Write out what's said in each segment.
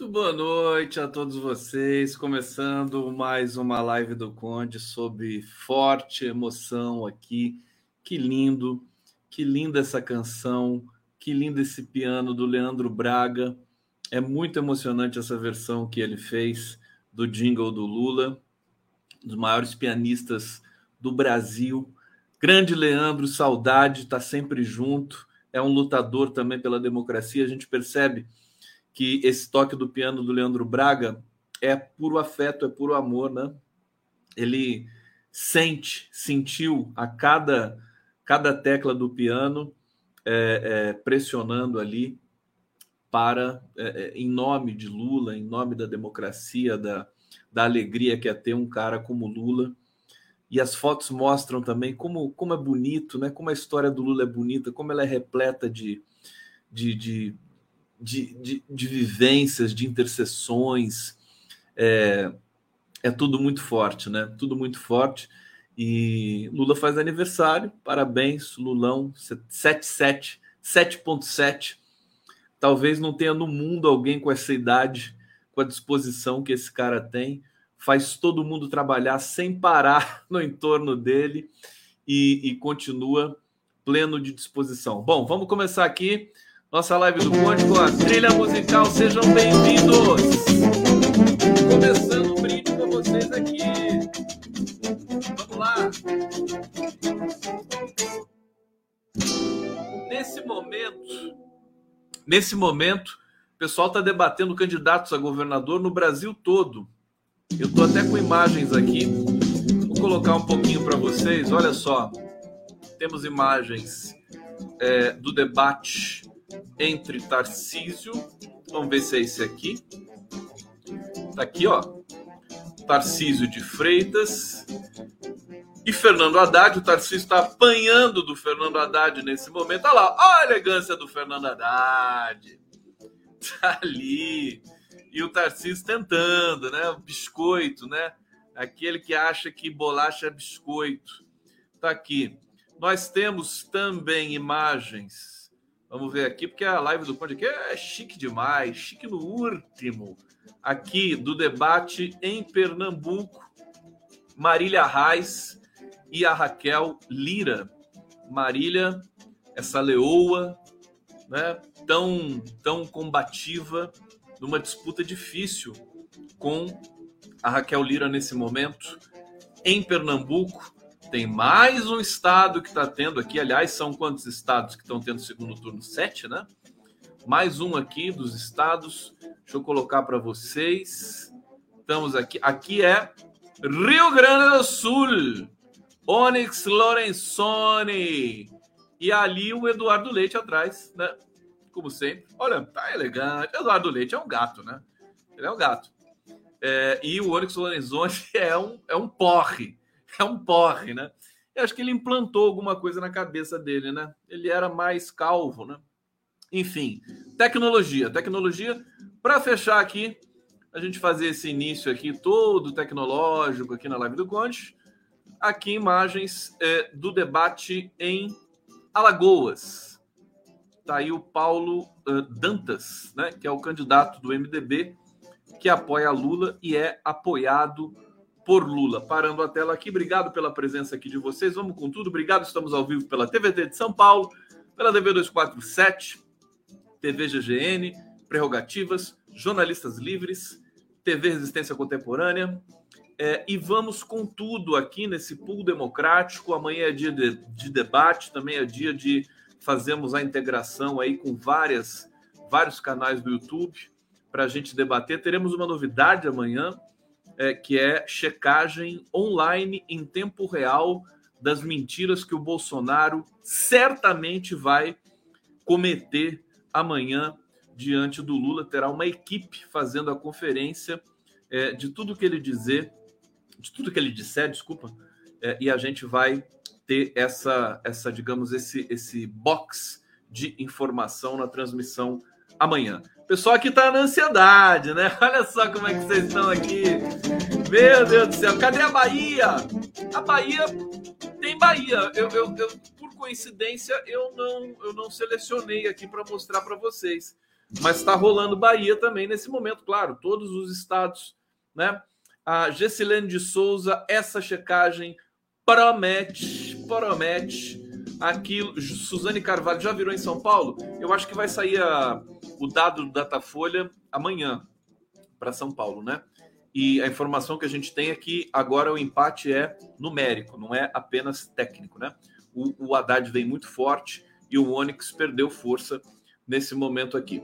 Muito boa noite a todos vocês, começando mais uma live do Conde sobre forte emoção aqui. Que lindo, que linda essa canção, que lindo esse piano do Leandro Braga. É muito emocionante essa versão que ele fez do jingle do Lula, um dos maiores pianistas do Brasil. Grande Leandro, saudade, está sempre junto, é um lutador também pela democracia. A gente percebe que esse toque do piano do Leandro Braga é puro afeto, é puro amor, né? Ele sentiu a cada tecla do piano pressionando ali para, em nome de Lula, em nome da democracia, da alegria que é ter um cara como Lula. E as fotos mostram também como é bonito, né? Como a história do Lula é bonita, como ela é repleta de vivências, de interseções. É tudo muito forte, né? Tudo muito forte. E Lula faz aniversário, parabéns, Lulão, 7.7. Talvez não tenha no mundo alguém com essa idade, com a disposição que esse cara tem. Faz todo mundo trabalhar sem parar no entorno dele e continua pleno de disposição. Bom, vamos começar aqui nossa live do Conde com a trilha musical. Sejam bem-vindos! Começando um brinde com vocês aqui. Vamos lá! Nesse momento, o pessoal está debatendo candidatos a governador no Brasil todo. Eu estou até com imagens aqui. Vou colocar um pouquinho para vocês. Olha só, temos imagens do debate entre Tarcísio, vamos ver se é esse aqui. Tá aqui, ó. Tarcísio de Freitas e Fernando Haddad. O Tarcísio está apanhando do Fernando Haddad nesse momento. Olha lá, olha a elegância do Fernando Haddad. Tá ali. E o Tarcísio tentando, né? O biscoito, né? Aquele que acha que bolacha é biscoito. Tá aqui. Nós temos também imagens. Vamos ver aqui, porque a live do Conde aqui é chique demais, chique no último. Aqui do debate em Pernambuco, Marília Reis e a Raquel Lira. Marília, essa leoa, né, tão combativa, numa disputa difícil com a Raquel Lira nesse momento. Em Pernambuco, tem mais um estado que está tendo aqui. Aliás, são quantos estados que estão tendo segundo turno? 7, né? Mais um aqui dos estados. Deixa eu colocar para vocês. Estamos aqui. Aqui é Rio Grande do Sul. Onyx Lorenzoni. E ali o Eduardo Leite atrás, né? Como sempre. Olha, tá elegante. Eduardo Leite é um gato, né? Ele é um gato. E o Onyx Lorenzoni é um porre. É um porre, né? Eu acho que ele implantou alguma coisa na cabeça dele, né? Ele era mais calvo, né? Enfim, tecnologia. Para fechar aqui, a gente fazer esse início aqui todo tecnológico aqui na live do Conde. Aqui imagens do debate em Alagoas. Tá aí o Paulo Dantas, né? Que é o candidato do MDB que apoia Lula e é apoiado por Lula. Parando a tela aqui, obrigado pela presença aqui de vocês, vamos com tudo, obrigado, estamos ao vivo pela TVT de São Paulo, pela TV 247, TV GGN, Prerrogativas, Jornalistas Livres, TV Resistência Contemporânea, e vamos com tudo aqui nesse pool democrático. Amanhã é dia de debate, também é dia de fazermos a integração aí com vários canais do YouTube para a gente debater. Teremos uma novidade amanhã, que é checagem online em tempo real das mentiras que o Bolsonaro certamente vai cometer amanhã diante do Lula. Terá uma equipe fazendo a conferência de tudo que ele disser, e a gente vai ter digamos, esse box de informação na transmissão amanhã. O pessoal aqui tá na ansiedade, né? Olha só como é que vocês estão aqui. Meu Deus do céu, cadê a Bahia? A Bahia tem Bahia. Eu por coincidência, eu não selecionei aqui para mostrar para vocês. Mas está rolando Bahia também nesse momento, claro, todos os estados, né? A Gessilene de Souza, essa checagem promete. Aquilo, Suzane Carvalho já virou em São Paulo? Eu acho que vai sair o dado do Datafolha amanhã para São Paulo, né? E a informação que a gente tem é que agora o empate é numérico, não é apenas técnico, né? O Haddad vem muito forte e o Onyx perdeu força nesse momento aqui.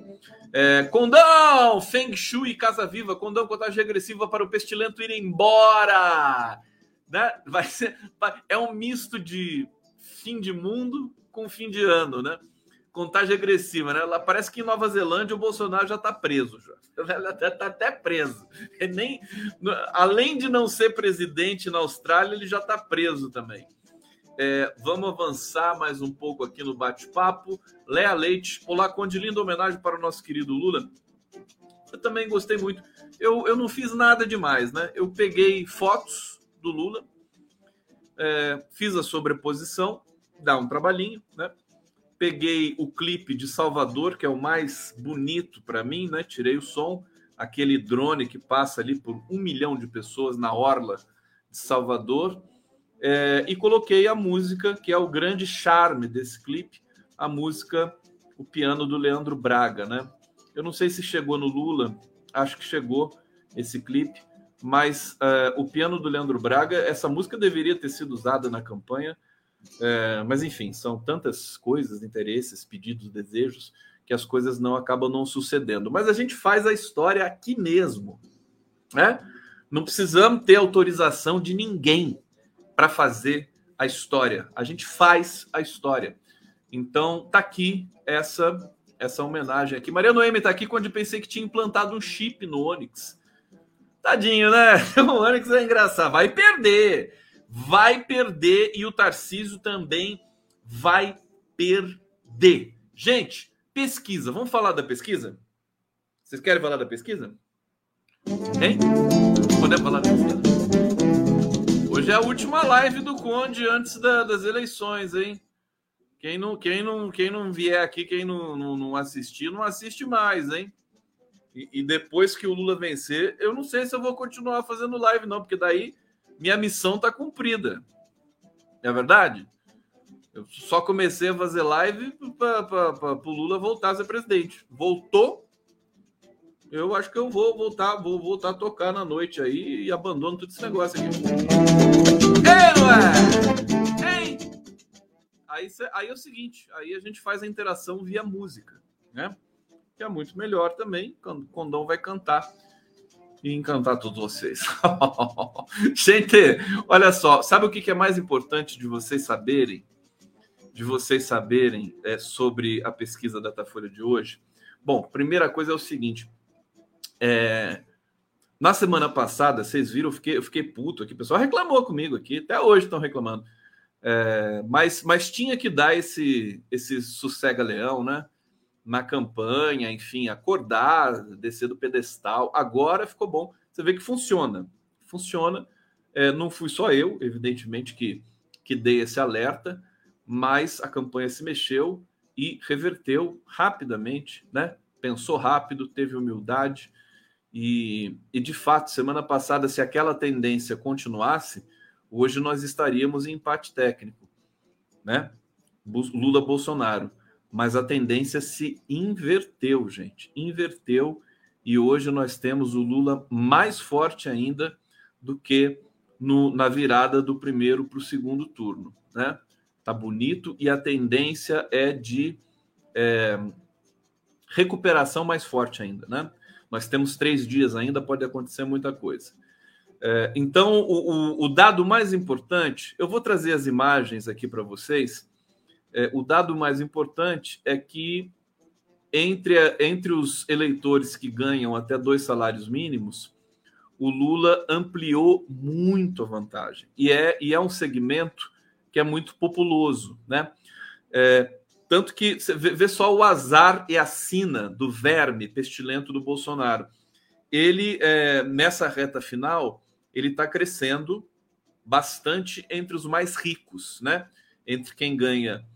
Condão, Feng Shui, Casa Viva, Condão, contagem regressiva para o pestilento ir embora, né? É um misto de fim de mundo com fim de ano, né? Contagem regressiva, né? Parece que em Nova Zelândia o Bolsonaro já está preso, já está até preso. Além de não ser presidente na Austrália, ele já está preso também. Vamos avançar mais um pouco aqui no bate-papo. Léa Leite, olá, Conde, linda homenagem para o nosso querido Lula. Eu também gostei muito. Eu não fiz nada demais, né? Eu peguei fotos do Lula, fiz a sobreposição, dá um trabalhinho, né? Peguei o clipe de Salvador, que é o mais bonito para mim, né? Tirei o som, aquele drone que passa ali por 1 milhão de pessoas na orla de Salvador. E coloquei a música, que é o grande charme desse clipe, a música, o piano do Leandro Braga, né? Eu não sei se chegou no Lula, acho que chegou esse clipe, mas o piano do Leandro Braga, essa música deveria ter sido usada na campanha, mas enfim, são tantas coisas, interesses, pedidos, desejos, que as coisas acabam não sucedendo. Mas a gente faz a história aqui mesmo, né? Não precisamos ter autorização de ninguém para fazer a história. A gente faz a história. Então, tá aqui essa homenagem aqui. Maria Noemi tá aqui quando pensei que tinha implantado um chip no Onyx. Tadinho, né? O Onyx é engraçado. Vai perder e o Tarcísio também vai perder. Gente, pesquisa. Vamos falar da pesquisa? Vocês querem falar da pesquisa? Hein? Podemos falar da pesquisa? Hoje é a última live do Conde antes das eleições, hein? Quem não vier aqui, quem não assistir, não assiste mais, hein? E depois que o Lula vencer, eu não sei se eu vou continuar fazendo live, não, porque daí minha missão está cumprida. Não é verdade? Eu só comecei a fazer live para o Lula voltar a ser presidente. Voltou, eu acho que eu vou voltar a tocar na noite aí e abandono todo esse negócio aqui. Ei, ué! Ei! Aí é o seguinte, aí a gente faz a interação via música, né? Que é muito melhor também, quando o Condão vai cantar e encantar todos vocês. Gente, olha só, sabe o que é mais importante de vocês saberem? Sobre a pesquisa da Datafolha de hoje? Bom, primeira coisa é o seguinte, na semana passada, vocês viram, eu fiquei puto aqui, o pessoal reclamou comigo aqui, até hoje estão reclamando, mas tinha que dar esse sossega-leão, né? Na campanha, enfim, acordar, descer do pedestal. Agora ficou bom. Você vê que funciona. Não fui só eu, evidentemente, que dei esse alerta, mas a campanha se mexeu e reverteu rapidamente, né? Pensou rápido, teve humildade e de fato, semana passada, se aquela tendência continuasse, hoje nós estaríamos em empate técnico, né? Lula-Bolsonaro. Mas a tendência se inverteu, gente. Inverteu e hoje nós temos o Lula mais forte ainda do que na virada do primeiro para o segundo turno, né? Tá bonito e a tendência é de recuperação mais forte ainda, né? Nós temos 3 dias ainda, pode acontecer muita coisa. Então, o dado mais importante, eu vou trazer as imagens aqui para vocês. O dado mais importante é que entre os eleitores que ganham até 2 salários mínimos, o Lula ampliou muito a vantagem. E é um segmento que é muito populoso, né? Tanto que você vê só o azar e a sina do verme pestilento do Bolsonaro. Ele, nessa reta final, ele está crescendo bastante entre os mais ricos, né? Entre quem ganha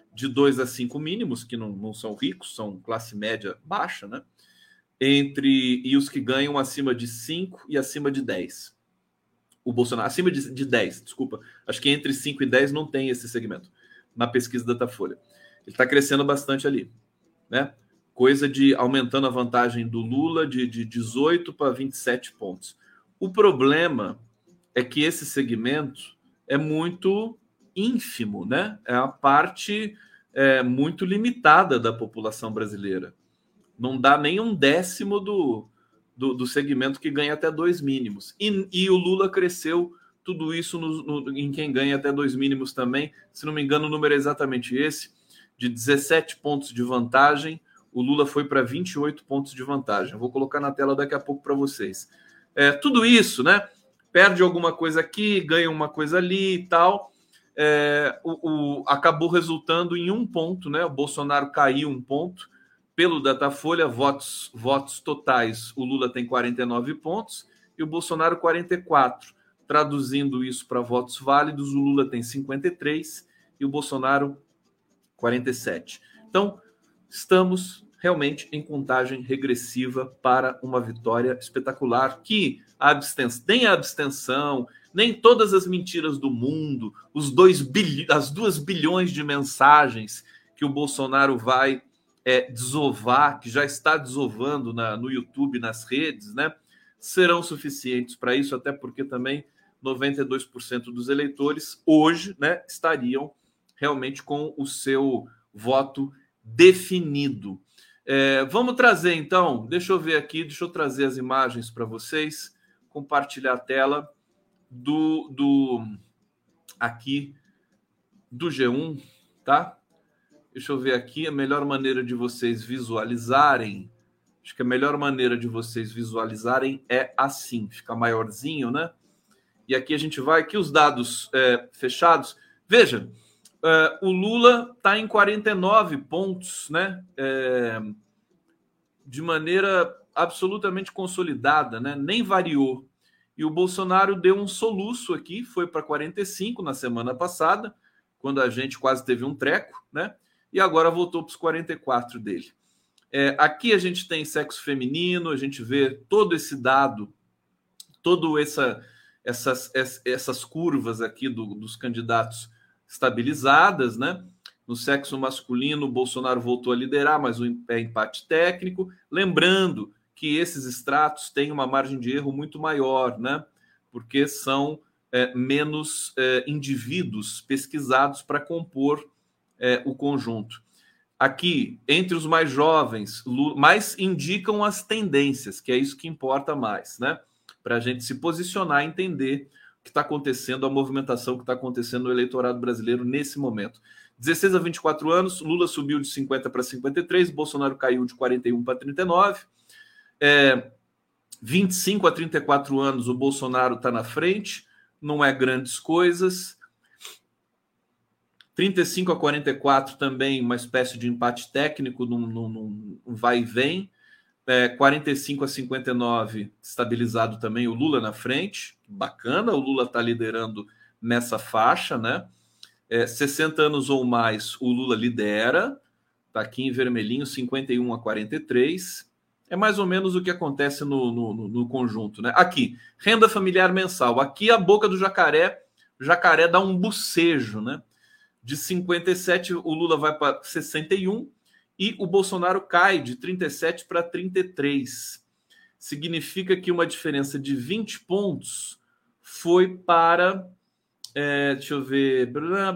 de 2 a 5 mínimos, que não são ricos, são classe média baixa, né? E os que ganham acima de 5 e acima de 10. O Bolsonaro, acima de 10, desculpa. Acho que entre 5 e 10 não tem esse segmento na pesquisa Datafolha. Ele está crescendo bastante ali, né? Coisa de aumentando a vantagem do Lula de 18 para 27 pontos. O problema é que esse segmento é muito ínfimo, né? É a parte muito limitada da população brasileira. Não dá nem um décimo do segmento que ganha até 2 mínimos. E o Lula cresceu tudo isso em quem ganha até 2 mínimos também. Se não me engano, o número é exatamente esse. De 17 pontos de vantagem, o Lula foi para 28 pontos de vantagem. Eu vou colocar na tela daqui a pouco para vocês. Tudo isso, né? Perde alguma coisa aqui, ganha uma coisa ali e tal. Acabou resultando em 1 ponto, né? O Bolsonaro caiu 1 ponto. Pelo Datafolha, votos totais, o Lula tem 49 pontos e o Bolsonaro 44. Traduzindo isso para votos válidos, o Lula tem 53 e o Bolsonaro 47. Então, estamos realmente em contagem regressiva para uma vitória espetacular, que nem a abstenção, nem todas as mentiras do mundo, as 2 bilhões de mensagens que o Bolsonaro vai desovar, que já está desovando no YouTube, nas redes, né, serão suficientes para isso, até porque também 92% dos eleitores hoje, né, estariam realmente com o seu voto definido. Vamos trazer, então, deixa eu ver aqui, deixa eu trazer as imagens para vocês, compartilhar a tela aqui do G1, tá? Deixa eu ver aqui, a melhor maneira de vocês visualizarem, acho que a melhor maneira de vocês visualizarem é assim, fica maiorzinho, né? E aqui a gente vai, aqui os dados fechados. Veja, o Lula está em 49 pontos, né? De maneira absolutamente consolidada, né? Nem variou. E o Bolsonaro deu um soluço aqui, foi para 45 na semana passada, quando a gente quase teve um treco, né? E agora voltou para os 44 dele. Aqui a gente tem sexo feminino, a gente vê todo esse dado, essas curvas aqui dos candidatos estabilizadas, né? No sexo masculino, o Bolsonaro voltou a liderar, mas é empate técnico. Lembrando que esses estratos têm uma margem de erro muito maior, né? Porque são menos indivíduos pesquisados para compor o conjunto. Aqui, entre os mais jovens, mais indicam as tendências, que é isso que importa mais, né? Para a gente se posicionar e entender o que está acontecendo, a movimentação que está acontecendo no eleitorado brasileiro nesse momento. 16 a 24 anos, Lula subiu de 50 para 53, Bolsonaro caiu de 41 para 39. 25 a 34 anos, o Bolsonaro está na frente, não é grandes coisas. 35 a 44 também uma espécie de empate técnico, num vai e vem. 45 a 59 estabilizado também, o Lula na frente, bacana, o Lula está liderando nessa faixa, né? 60 anos ou mais, o Lula lidera, está aqui em vermelhinho, 51 a 43. É mais ou menos o que acontece no conjunto, né? Aqui, renda familiar mensal, aqui a boca do jacaré, o jacaré dá um bocejo, né? De 57, o Lula vai para 61 e o Bolsonaro cai de 37 para 33. Significa que uma diferença de 20 pontos foi para, deixa eu ver,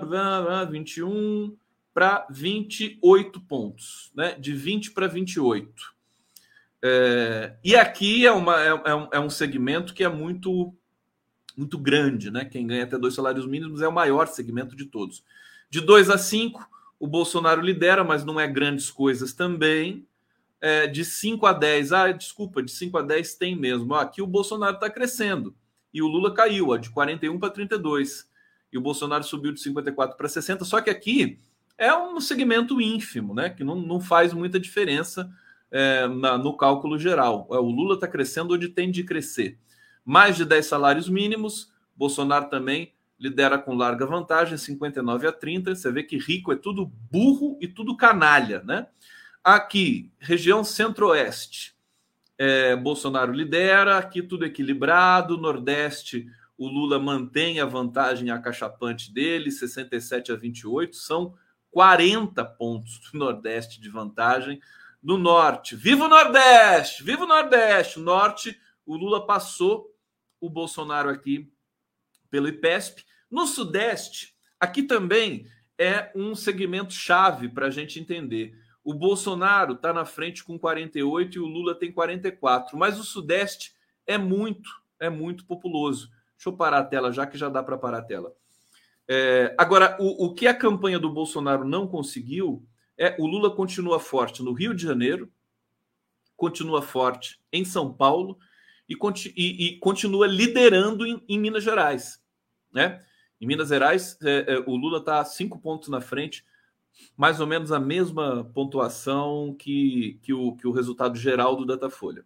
21 para 28 pontos, né? De 20 para 28. E aqui é um segmento que é muito, muito grande, né? Quem ganha até 2 salários mínimos é o maior segmento de todos. De 2 a 5, o Bolsonaro lidera, mas não é grandes coisas também. De 5 a 10, de 5 a 10 tem mesmo. Aqui o Bolsonaro está crescendo. E o Lula caiu, de 41 para 32. E o Bolsonaro subiu de 54 para 60. Só que aqui é um segmento ínfimo, né? Que não faz muita diferença no cálculo geral. O Lula está crescendo onde tem de crescer. Mais de 10 salários mínimos, Bolsonaro também lidera com larga vantagem, 59-30. Você vê que rico é tudo burro e tudo canalha, né? Aqui, região centro-oeste, Bolsonaro lidera, aqui tudo equilibrado. Nordeste, o Lula mantém a vantagem acachapante dele, 67-28. São 40 pontos do Nordeste de vantagem. No Norte, viva o Nordeste! Viva o Nordeste! No Norte, o Lula passou o Bolsonaro aqui pelo IPESP. No Sudeste, aqui também é um segmento chave para a gente entender. O Bolsonaro está na frente com 48 e o Lula tem 44, mas o Sudeste é muito populoso. Deixa eu parar a tela já, que já dá para parar a tela. Agora, o que a campanha do Bolsonaro não conseguiu o Lula continua forte no Rio de Janeiro, continua forte em São Paulo e continua liderando em Minas Gerais, né? Em Minas Gerais, o Lula está 5 pontos na frente, mais ou menos a mesma pontuação que o resultado geral do Datafolha.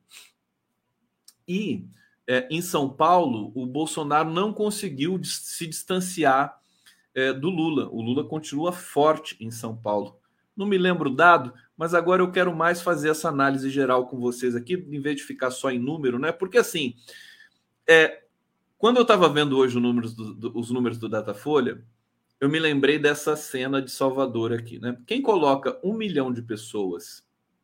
E em São Paulo, o Bolsonaro não conseguiu se distanciar do Lula. O Lula continua forte em São Paulo. Não me lembro o dado, mas agora eu quero mais fazer essa análise geral com vocês aqui, em vez de ficar só em número, né? Porque assim, quando eu estava vendo hoje os números do Datafolha, eu me lembrei dessa cena de Salvador aqui, né? Quem coloca 1 milhão de pessoas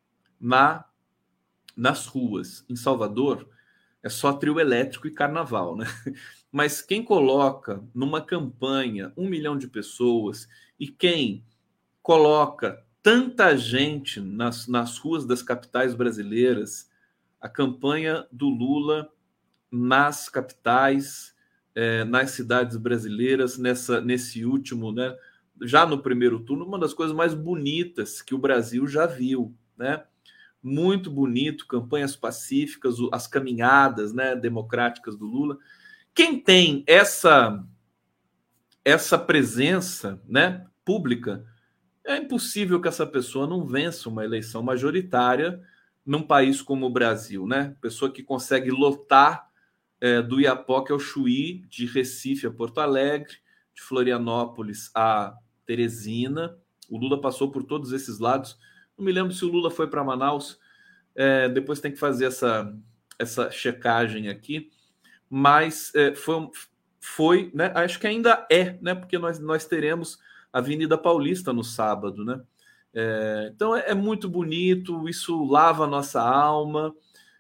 nas ruas em Salvador é só trio elétrico e carnaval, né? Mas quem coloca numa campanha 1 milhão de pessoas e quem coloca tanta gente nas ruas das capitais brasileiras, a campanha do Lula nas capitais, nas cidades brasileiras, nesse último, né, já no primeiro turno, uma das coisas mais bonitas que o Brasil já viu, né? Muito bonito, campanhas pacíficas, as caminhadas, né, democráticas do Lula. Quem tem essa presença, né, pública, é impossível que essa pessoa não vença uma eleição majoritária num país como o Brasil, né? Pessoa que consegue lotar do Iapoque ao Chuí, de Recife a Porto Alegre, de Florianópolis a Teresina. O Lula passou por todos esses lados. Não me lembro se o Lula foi para Manaus. Depois tem que fazer essa checagem aqui. Mas foi, né? Acho que ainda né? Porque nós teremos a Avenida Paulista no sábado, né? Então é muito bonito, isso lava a nossa alma,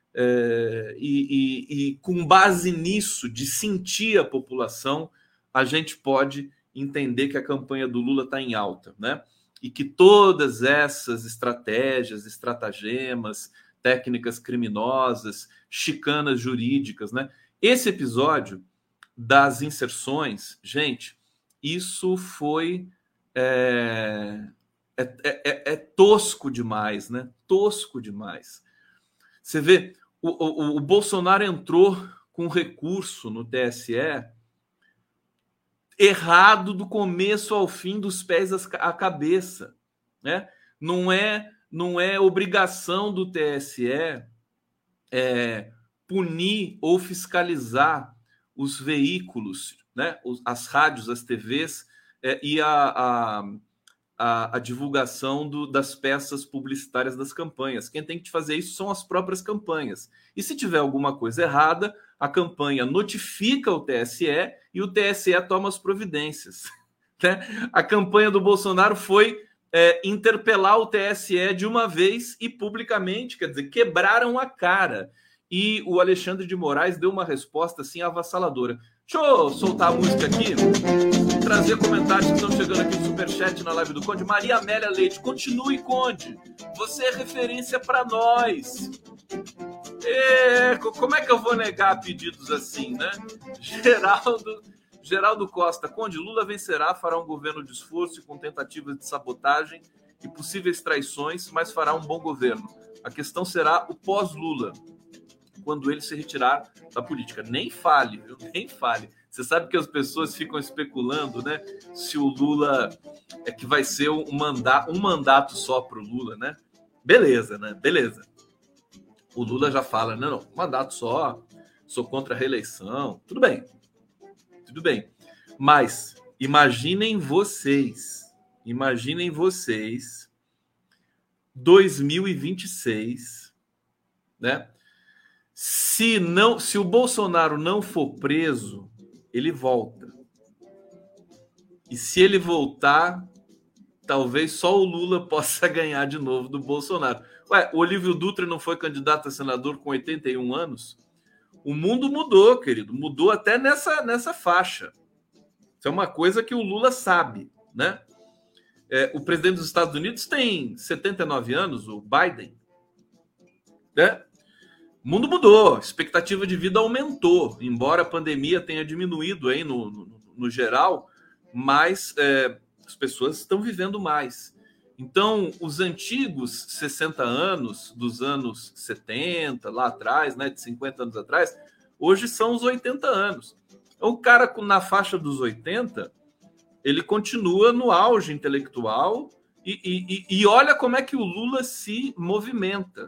e com base nisso, de sentir a população, a gente pode entender que a campanha do Lula está em alta, né? E que todas essas estratégias, estratagemas, técnicas criminosas, chicanas jurídicas, né? Esse episódio das inserções, gente, isso foi tosco demais, né? Tosco demais. Você vê, o Bolsonaro entrou com recurso no TSE errado do começo ao fim, dos pés à cabeça, né? Não é obrigação do TSE punir ou fiscalizar os veículos, né? As rádios, as TVs, e a divulgação das peças publicitárias das campanhas. Quem tem que fazer isso são as próprias campanhas. E se tiver alguma coisa errada, a campanha notifica o TSE e o TSE toma as providências. Né? A campanha do Bolsonaro foi interpelar o TSE de uma vez e publicamente, quer dizer, quebraram a cara. E o Alexandre de Moraes deu uma resposta assim avassaladora. Deixa eu soltar a música aqui e trazer comentários que estão chegando aqui no Superchat na live do Conde. Maria Amélia Leite, continue, Conde. Você é referência para nós. Como é que eu vou negar pedidos assim, né? Geraldo Costa, Conde, Lula vencerá, fará um governo de esforço e com tentativas de sabotagem e possíveis traições, mas fará um bom governo. A questão será o pós-Lula, quando ele se retirar da política. Nem fale, viu? Nem fale. Você sabe que as pessoas ficam especulando, né? Se o Lula que vai ser um mandato só para o Lula, né? Beleza, né? Beleza. O Lula já fala, não, mandato só, sou contra a reeleição. Tudo bem. Mas imaginem vocês, 2026, né? Se o Bolsonaro não for preso, ele volta. E se ele voltar, talvez só o Lula possa ganhar de novo do Bolsonaro. Ué, o Olívio Dutra não foi candidato a senador com 81 anos? O mundo mudou, querido. Mudou até nessa faixa. Isso é uma coisa que o Lula sabe, né? O presidente dos Estados Unidos tem 79 anos, o Biden. Né? O mundo mudou, a expectativa de vida aumentou, embora a pandemia tenha diminuído aí no geral, mas as pessoas estão vivendo mais. Então, os antigos 60 anos, dos anos 70, lá atrás, né, de 50 anos atrás, hoje são os 80 anos. Então, o cara na faixa dos 80, ele continua no auge intelectual e olha como é que o Lula se movimenta.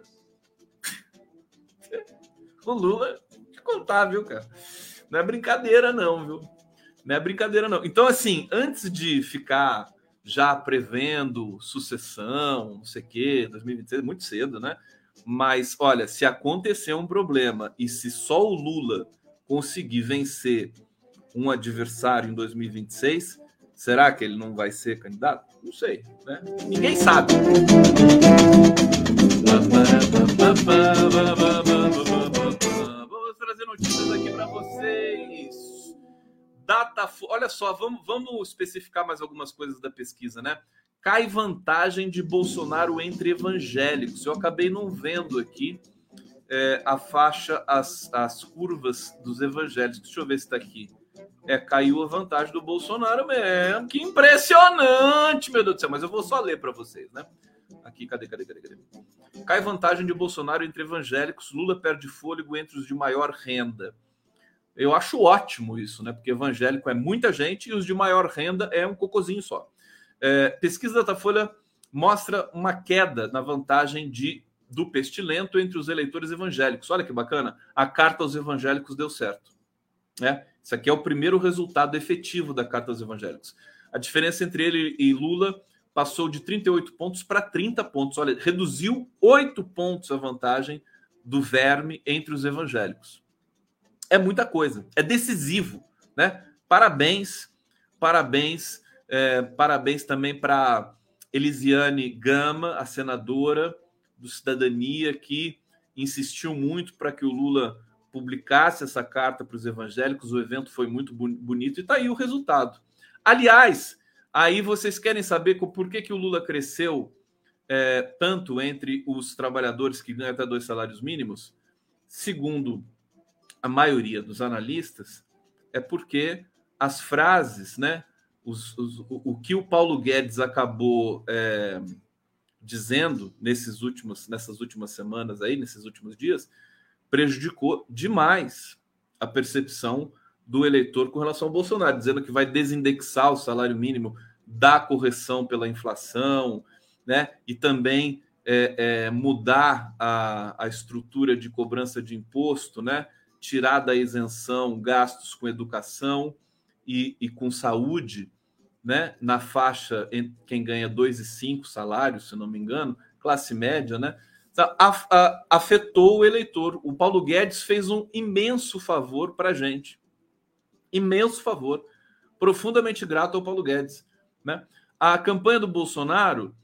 O Lula, te contar, viu, cara? Não é brincadeira, não, viu? Não é brincadeira, não. Então, assim, antes de ficar já prevendo sucessão, não sei o quê, 2026, muito cedo, né? Mas, olha, se acontecer um problema e se só o Lula conseguir vencer um adversário em 2026, será que ele não vai ser candidato? Não sei, né? Ninguém sabe. Vamos trazer notícias aqui para vocês. Olha só, vamos especificar mais algumas coisas da pesquisa, né? Cai vantagem de Bolsonaro entre evangélicos. Eu acabei não vendo aqui a faixa, as curvas dos evangélicos. Deixa eu ver se está aqui. Caiu a vantagem do Bolsonaro mesmo. Que impressionante, meu Deus do céu. Mas eu vou só ler para vocês, né? Aqui, cadê? Cai vantagem de Bolsonaro entre evangélicos. Lula perde fôlego entre os de maior renda. Eu acho ótimo isso, né? Porque evangélico é muita gente e os de maior renda é um cocôzinho só. Pesquisa da Datafolha mostra uma queda na vantagem do Pestilento entre os eleitores evangélicos. Olha que bacana. A carta aos evangélicos deu certo. Isso aqui é o primeiro resultado efetivo da carta aos evangélicos. A diferença entre ele e Lula passou de 38 pontos para 30 pontos. Olha, reduziu 8 pontos a vantagem do verme entre os evangélicos. É muita coisa, é decisivo, né? Parabéns também para Elisiane Gama, a senadora do Cidadania, que insistiu muito para que o Lula publicasse essa carta para os evangélicos. O evento foi muito bonito e está aí o resultado. Aliás, aí vocês querem saber por que o Lula cresceu tanto entre os trabalhadores que ganham até 2 salários mínimos? Segundo a maioria dos analistas, é porque as frases, né, o que o Paulo Guedes acabou dizendo nessas últimas semanas, aí, nesses últimos dias, prejudicou demais a percepção do eleitor com relação ao Bolsonaro, dizendo que vai desindexar o salário mínimo, dar correção pela inflação, né, e também mudar a estrutura de cobrança de imposto, né, tirar da isenção gastos com educação e com saúde, né, na faixa quem ganha 2,5 salários, se não me engano, classe média, né, afetou o eleitor. O Paulo Guedes fez um imenso favor para a gente. Imenso favor. Profundamente grato ao Paulo Guedes, né? A campanha do Bolsonaro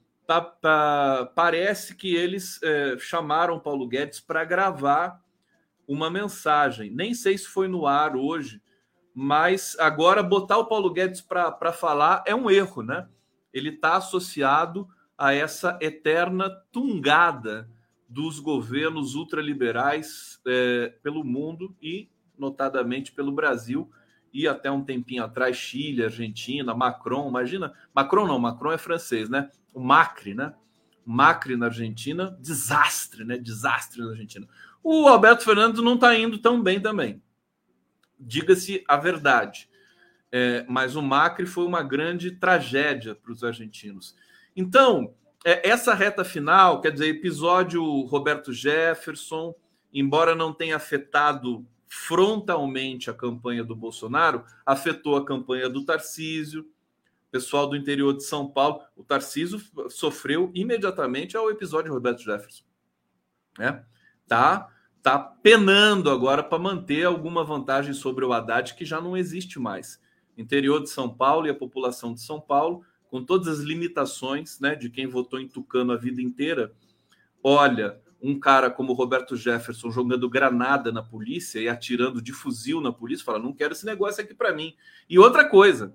parece que eles chamaram o Paulo Guedes para gravar uma mensagem. Nem sei se foi no ar hoje, mas agora botar o Paulo Guedes para falar é um erro, né? Ele está associado a essa eterna tungada dos governos ultraliberais pelo mundo e, notadamente, pelo Brasil, e até um tempinho atrás, Chile, Argentina, Macron, imagina, Macron é francês, né? O Macri, né? Macri na Argentina, desastre, né? Desastre na Argentina. O Alberto Fernandes não está indo tão bem também. Diga-se a verdade. Mas o Macri foi uma grande tragédia para os argentinos. Então, essa reta final, quer dizer, episódio Roberto Jefferson, embora não tenha afetado frontalmente a campanha do Bolsonaro, afetou a campanha do Tarcísio, pessoal do interior de São Paulo. O Tarcísio sofreu imediatamente ao episódio Roberto Jefferson, né? Tá penando agora para manter alguma vantagem sobre o Haddad, que já não existe mais. Interior de São Paulo e a população de São Paulo, com todas as limitações, né, de quem votou em Tucano a vida inteira, olha um cara como Roberto Jefferson jogando granada na polícia e atirando de fuzil na polícia, fala, não quero esse negócio aqui para mim. E outra coisa,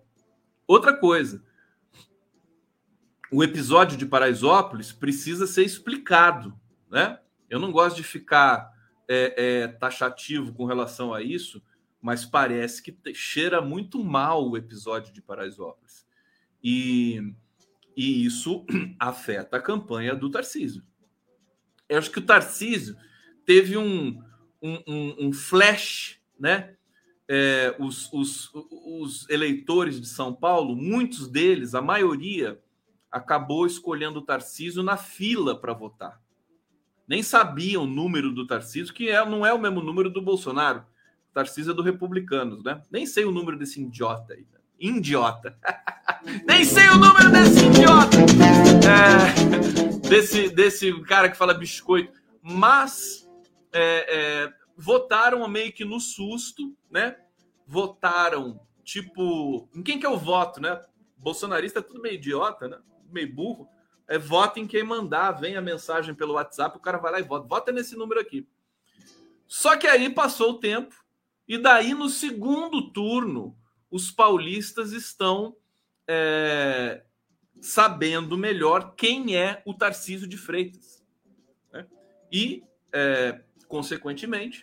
o episódio de Paraisópolis precisa ser explicado, né? Eu não gosto de ficar taxativo com relação a isso, mas parece que cheira muito mal o episódio de Paraisópolis. E isso afeta a campanha do Tarcísio. Eu acho que o Tarcísio teve um flash, né? Os eleitores de São Paulo, muitos deles, a maioria, acabou escolhendo o Tarcísio na fila para votar. Nem sabiam o número do Tarcísio, que não é o mesmo número do Bolsonaro. O Tarcísio é do Republicanos, né? Nem sei o número desse idiota aí. Idiota. Nem sei o número desse idiota. Desse cara que fala biscoito. Mas votaram meio que no susto, né? Votaram, tipo... Em quem que eu voto, né? Bolsonarista é tudo meio idiota, né? Meio burro. Vota em quem mandar, vem a mensagem pelo WhatsApp, o cara vai lá e vota. Vota nesse número aqui. Só que aí passou o tempo, e daí no segundo turno, os paulistas estão sabendo melhor quem é o Tarcísio de Freitas, né? E, consequentemente,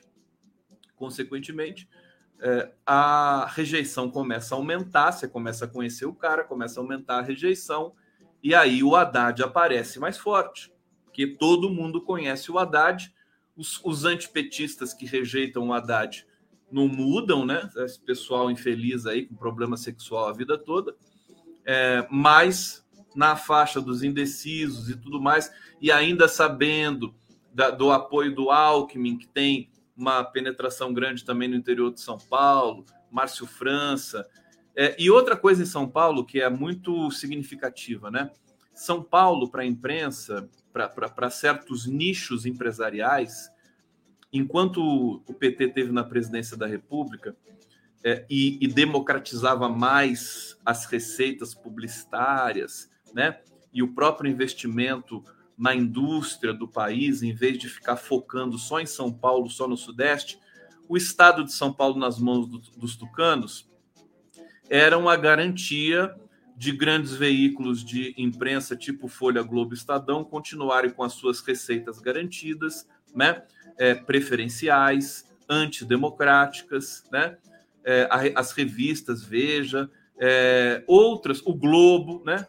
a rejeição começa a aumentar, você começa a conhecer o cara, começa a aumentar a rejeição, e aí o Haddad aparece mais forte, porque todo mundo conhece o Haddad. Os antipetistas que rejeitam o Haddad não mudam, né? Esse pessoal infeliz aí com problema sexual a vida toda, mas na faixa dos indecisos e tudo mais, e ainda sabendo do apoio do Alckmin, que tem uma penetração grande também no interior de São Paulo, Márcio França. E outra coisa em São Paulo que é muito significativa, né? São Paulo, para a imprensa, para certos nichos empresariais, enquanto o PT teve na presidência da República e democratizava mais as receitas publicitárias, né? E o próprio investimento na indústria do país, em vez de ficar focando só em São Paulo, só no Sudeste, o estado de São Paulo nas mãos dos tucanos era uma garantia de grandes veículos de imprensa tipo Folha, Globo, Estadão continuarem com as suas receitas garantidas, né? Preferenciais, antidemocráticas, né? As revistas Veja, outras, o Globo, né?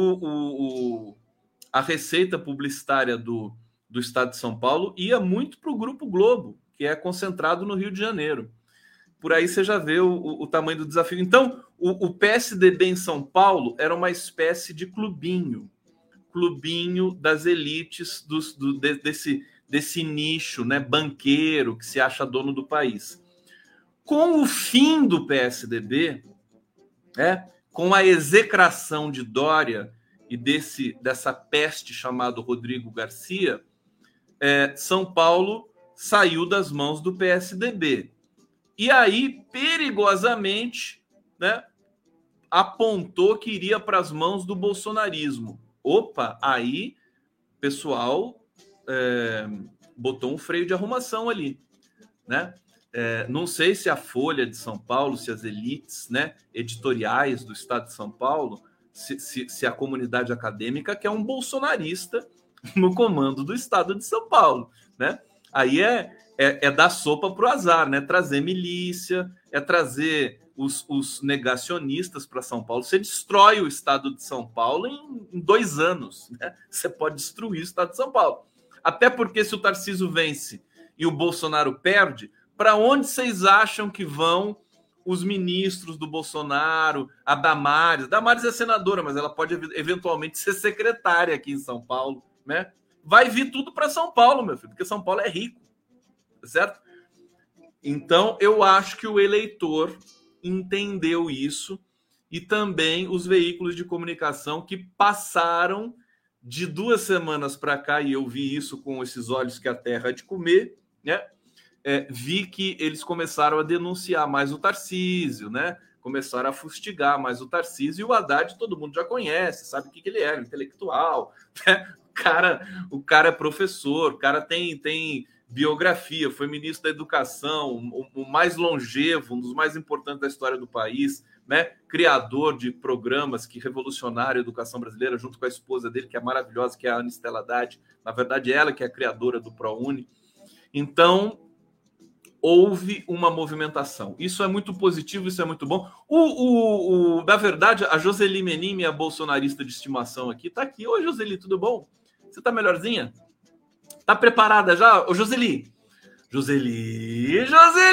A receita publicitária do estado de São Paulo ia muito para o Grupo Globo, que é concentrado no Rio de Janeiro. Por aí você já vê o tamanho do desafio. Então, o PSDB em São Paulo era uma espécie de clubinho das elites desse nicho, né, banqueiro que se acha dono do país. Com o fim do PSDB, com a execração de Dória e dessa peste chamada Rodrigo Garcia, São Paulo saiu das mãos do PSDB. E aí, perigosamente, né, apontou que iria para as mãos do bolsonarismo. Opa, aí o pessoal botou um freio de arrumação ali, né? Não sei se a Folha de São Paulo, se as elites, né, editoriais do estado de São Paulo, se a comunidade acadêmica quer um bolsonarista no comando do estado de São Paulo, né? Aí dar sopa para o azar, né? Trazer milícia, trazer os negacionistas para São Paulo. Você destrói o estado de São Paulo em 2 anos, né? Você pode destruir o estado de São Paulo. Até porque se o Tarcísio vence e o Bolsonaro perde, para onde vocês acham que vão os ministros do Bolsonaro, a Damares? Damares é senadora, mas ela pode eventualmente ser secretária aqui em São Paulo, né? Vai vir tudo para São Paulo, meu filho, porque São Paulo é rico, certo? Então, eu acho que o eleitor entendeu isso e também os veículos de comunicação que passaram de 2 semanas para cá, e eu vi isso com esses olhos que a terra há de comer, né? Vi que eles começaram a denunciar mais o Tarcísio, né? Começaram a fustigar mais o Tarcísio, e o Haddad todo mundo já conhece, sabe o que ele é, intelectual, né? O cara é professor, o cara tem biografia, foi ministro da Educação, o mais longevo, um dos mais importantes da história do país, né? Criador de programas que revolucionaram a educação brasileira, junto com a esposa dele, que é maravilhosa, que é a Ana Estela Haddad. Na verdade, ela que é a criadora do ProUni. Então, houve uma movimentação. Isso é muito positivo, isso é muito bom. Na verdade, a Joseli Menin, minha bolsonarista de estimação aqui, está aqui. Oi, Joseli, tudo bom? Você está melhorzinha? Tá preparada já? Ô, Joseli! Joseli!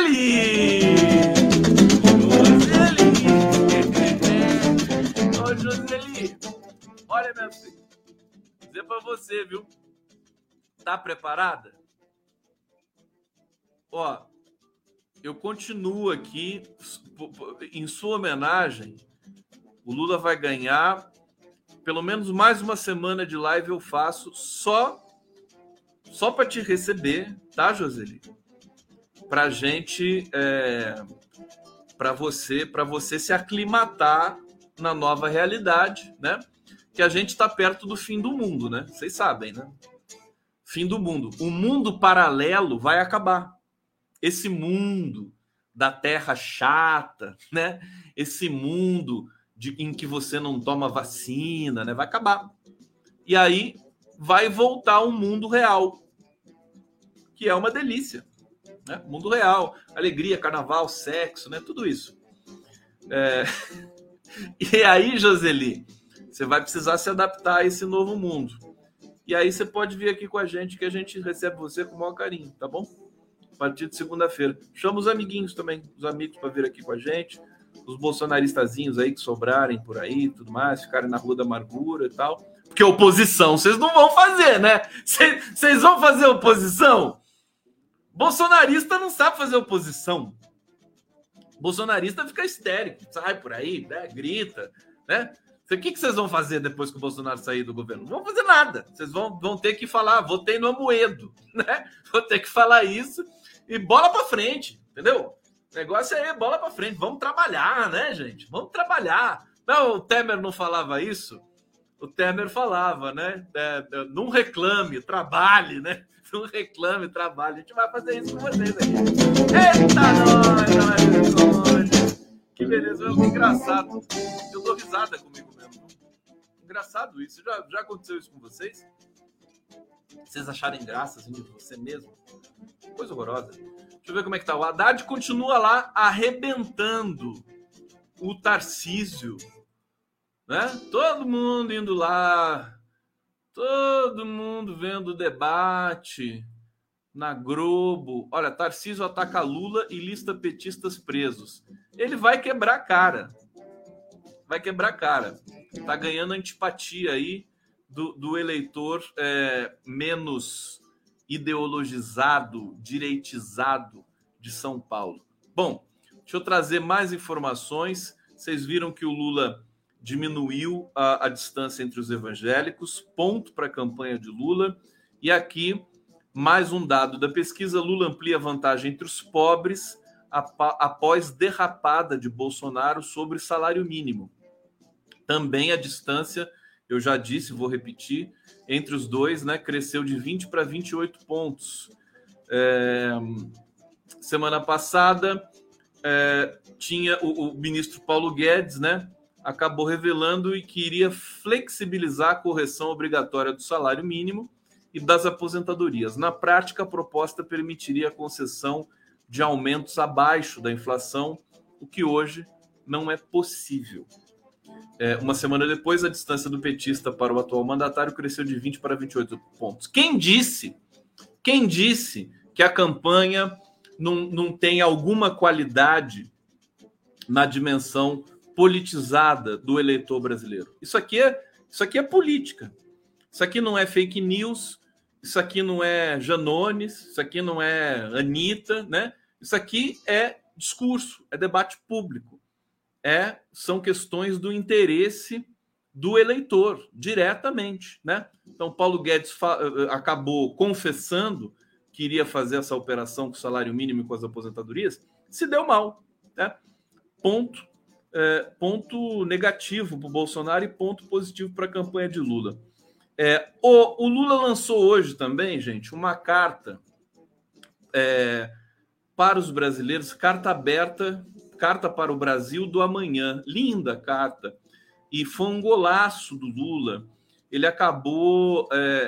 Ô, Joseli! Olha, minha filha, vou dizer pra você, viu? Tá preparada? Ó, eu continuo aqui em sua homenagem. O Lula vai ganhar pelo menos mais uma semana de live. Eu faço só para te receber, tá, Joseli? Pra gente, para você se aclimatar na nova realidade, né? Que a gente está perto do fim do mundo, né? Vocês sabem, né? Fim do mundo. O mundo paralelo vai acabar. Esse mundo da terra chata, né? Esse mundo em que você não toma vacina, né? Vai acabar. E aí vai voltar um mundo real, que é uma delícia, né? Mundo real, alegria, carnaval, sexo, né? Tudo isso. E aí, Joseli, você vai precisar se adaptar a esse novo mundo. E aí você pode vir aqui com a gente, que a gente recebe você com o maior carinho, tá bom? A partir de segunda-feira. Chama os amiguinhos também, os amigos para vir aqui com a gente, os bolsonaristazinhos aí que sobrarem por aí, tudo mais, ficarem na Rua da Amargura e tal. Porque oposição vocês não vão fazer, né? Vocês vão fazer oposição? Bolsonarista não sabe fazer oposição. Bolsonarista fica histérico, sai por aí, né? Grita, né? O que vocês vão fazer depois que o Bolsonaro sair do governo? Não vão fazer nada. Vocês vão ter que falar, votei no Amoedo, né? Vou ter que falar isso e bola para frente, entendeu? O negócio é bola para frente. Vamos trabalhar, né, gente? Vamos trabalhar. Não, o Temer não falava isso? O Temer falava, né? Não reclame, trabalhe, né? Não reclame, trabalhe. A gente vai fazer isso com vocês aqui. Eita, nós! Que beleza, é engraçado. Eu dou risada comigo mesmo. Engraçado isso. Já aconteceu isso com vocês? Vocês acharem graça assim, de você mesmo? Coisa horrorosa. Deixa eu ver como é que tá. O Haddad continua lá arrebentando o Tarcísio, né? Todo mundo indo lá, todo mundo vendo o debate na Globo. Olha, Tarcísio ataca Lula e lista petistas presos. Ele vai quebrar a cara. Vai quebrar a cara. Tá ganhando antipatia aí do eleitor menos ideologizado, direitizado de São Paulo. Bom, deixa eu trazer mais informações. Vocês viram que o Lula diminuiu a distância entre os evangélicos, ponto para a campanha de Lula. E aqui, mais um dado da pesquisa: Lula amplia a vantagem entre os pobres após derrapada de Bolsonaro sobre salário mínimo. Também a distância, eu já disse, vou repetir, entre os dois, né, cresceu de 20 para 28 pontos. Semana passada, tinha o ministro Paulo Guedes, né, acabou revelando que iria flexibilizar a correção obrigatória do salário mínimo e das aposentadorias. Na prática, a proposta permitiria a concessão de aumentos abaixo da inflação, o que hoje não é possível. Uma semana depois, a distância do petista para o atual mandatário cresceu de 20 para 28 pontos. Quem disse que a campanha não tem alguma qualidade na dimensão politizada do eleitor brasileiro? Isso aqui é política. Isso aqui não é fake news, isso aqui não é Janones, isso aqui não é Anitta, né? Isso aqui é discurso, é debate público, são questões do interesse do eleitor, diretamente, né? Então, Paulo Guedes acabou confessando que iria fazer essa operação com o salário mínimo e com as aposentadorias, se deu mal, né? Ponto negativo para o Bolsonaro e ponto positivo para a campanha de Lula. O Lula lançou hoje também, gente, uma carta para os brasileiros, carta aberta, carta para o Brasil do amanhã, linda carta, e foi um golaço do Lula. Ele acabou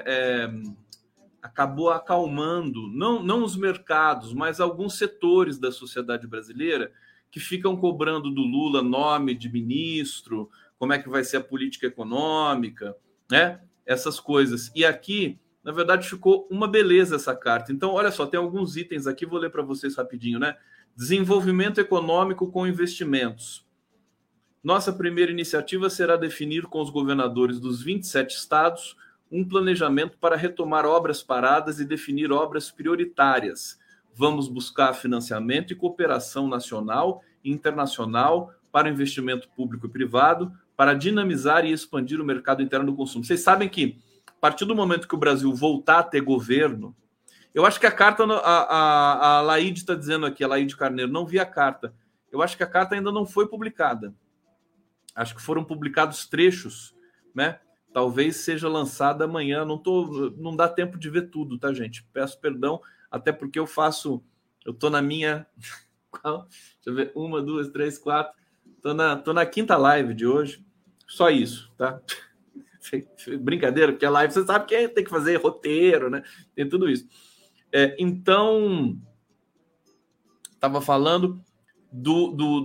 acalmando, não os mercados, mas alguns setores da sociedade brasileira que ficam cobrando do Lula nome de ministro, como é que vai ser a política econômica, né? Essas coisas. E aqui, na verdade, ficou uma beleza essa carta. Então, olha só, tem alguns itens aqui, vou ler para vocês rapidinho, né? Desenvolvimento econômico com investimentos. Nossa primeira iniciativa será definir com os governadores dos 27 estados um planejamento para retomar obras paradas e definir obras prioritárias. Vamos buscar financiamento e cooperação nacional e internacional para o investimento público e privado, para dinamizar e expandir o mercado interno do consumo. Vocês sabem que, a partir do momento que o Brasil voltar a ter governo, eu acho que a carta, a Laide está dizendo aqui, a Laide Carneiro, não vi a carta. Eu acho que a carta ainda não foi publicada. Acho que foram publicados trechos, né? Talvez seja lançada amanhã. Não dá tempo de ver tudo, tá, gente? Peço perdão, até porque eu tô na minha... Deixa eu ver, 1, 2, 3, 4. Tô na quinta live de hoje. Só isso, tá? Brincadeira, porque a live você sabe que tem que fazer roteiro, né? Tem tudo isso. Então, estava falando do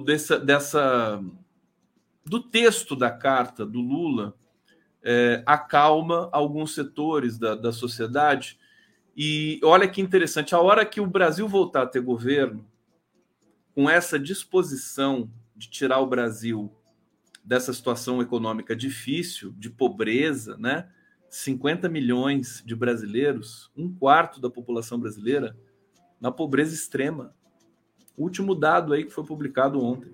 texto da carta do Lula, acalma alguns setores da sociedade. E olha que interessante, a hora que o Brasil voltar a ter governo, com essa disposição de tirar o Brasil dessa situação econômica difícil, de pobreza, né? 50 milhões de brasileiros, 1/4 da população brasileira, na pobreza extrema. O último dado aí que foi publicado ontem.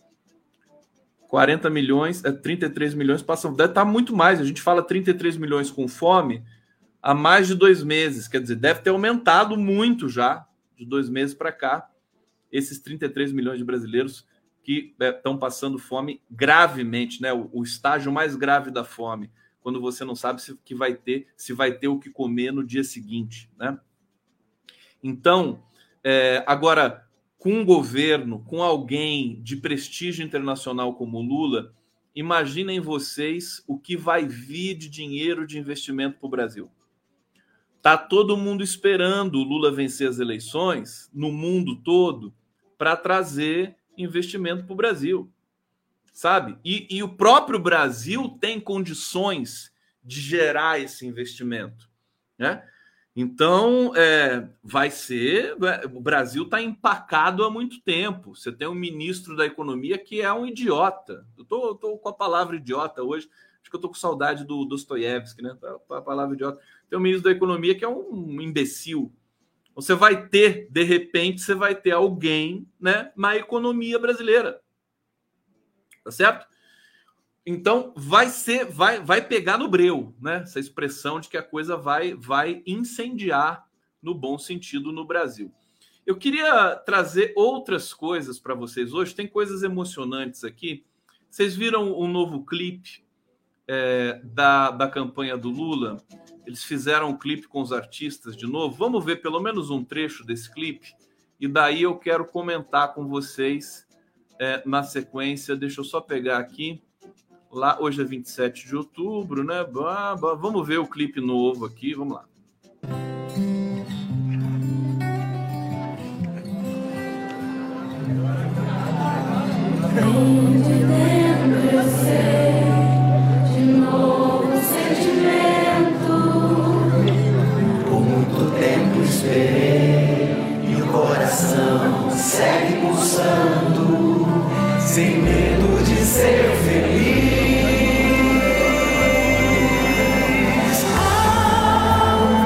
40 milhões, 33 milhões, deve estar muito mais. A gente fala 33 milhões com fome há mais de 2 meses. Quer dizer, deve ter aumentado muito já, de 2 meses para cá, esses 33 milhões de brasileiros que estão passando fome gravemente, né? O estágio mais grave da fome, quando você não sabe se vai ter o que comer no dia seguinte, né? Então, agora, com um governo, com alguém de prestígio internacional como o Lula, imaginem vocês o que vai vir de dinheiro de investimento para o Brasil. Está todo mundo esperando o Lula vencer as eleições, no mundo todo, para trazer investimento para o Brasil, sabe? E o próprio Brasil tem condições de gerar esse investimento, né? Então, o Brasil está empacado há muito tempo. Você tem um ministro da Economia que é um idiota. Eu tô com a palavra idiota hoje. Acho que eu tô com saudade do Dostoiévski, né? A palavra idiota. Tem um ministro da Economia que é um imbecil. Você vai ter, de repente, alguém, né, na economia brasileira. Tá certo? Então, vai pegar no breu, né? Essa expressão de que a coisa vai incendiar, no bom sentido, no Brasil. Eu queria trazer outras coisas para vocês hoje. Tem coisas emocionantes aqui. Vocês viram um novo clipe da campanha do Lula? Eles fizeram um clipe com os artistas de novo. Vamos ver pelo menos um trecho desse clipe. E daí eu quero comentar com vocês na sequência. Deixa eu só pegar aqui. Lá, hoje é 27 de outubro, né? Vamos ver o clipe novo aqui, vamos lá. Vem de dentro, eu sei, de novo sentimento. Por muito tempo esperei e o coração segue pulsando, sem medo de ser feliz.